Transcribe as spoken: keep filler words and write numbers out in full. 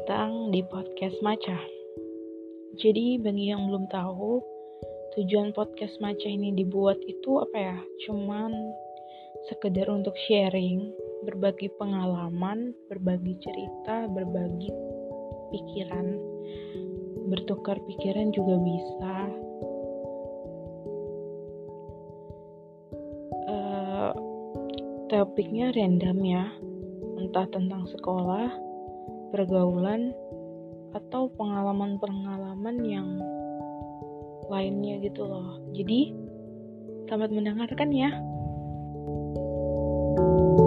datang di podcast Maca. Jadi bagi yang belum tahu, tujuan podcast Maca ini dibuat itu apa ya? Cuman sekedar untuk sharing, berbagi pengalaman, berbagi cerita, berbagi pikiran. Bertukar pikiran juga bisa. Uh, topiknya random ya, entah tentang sekolah, pergaulan, atau pengalaman-pengalaman yang lainnya gitu loh. Jadi, selamat mendengarkan ya.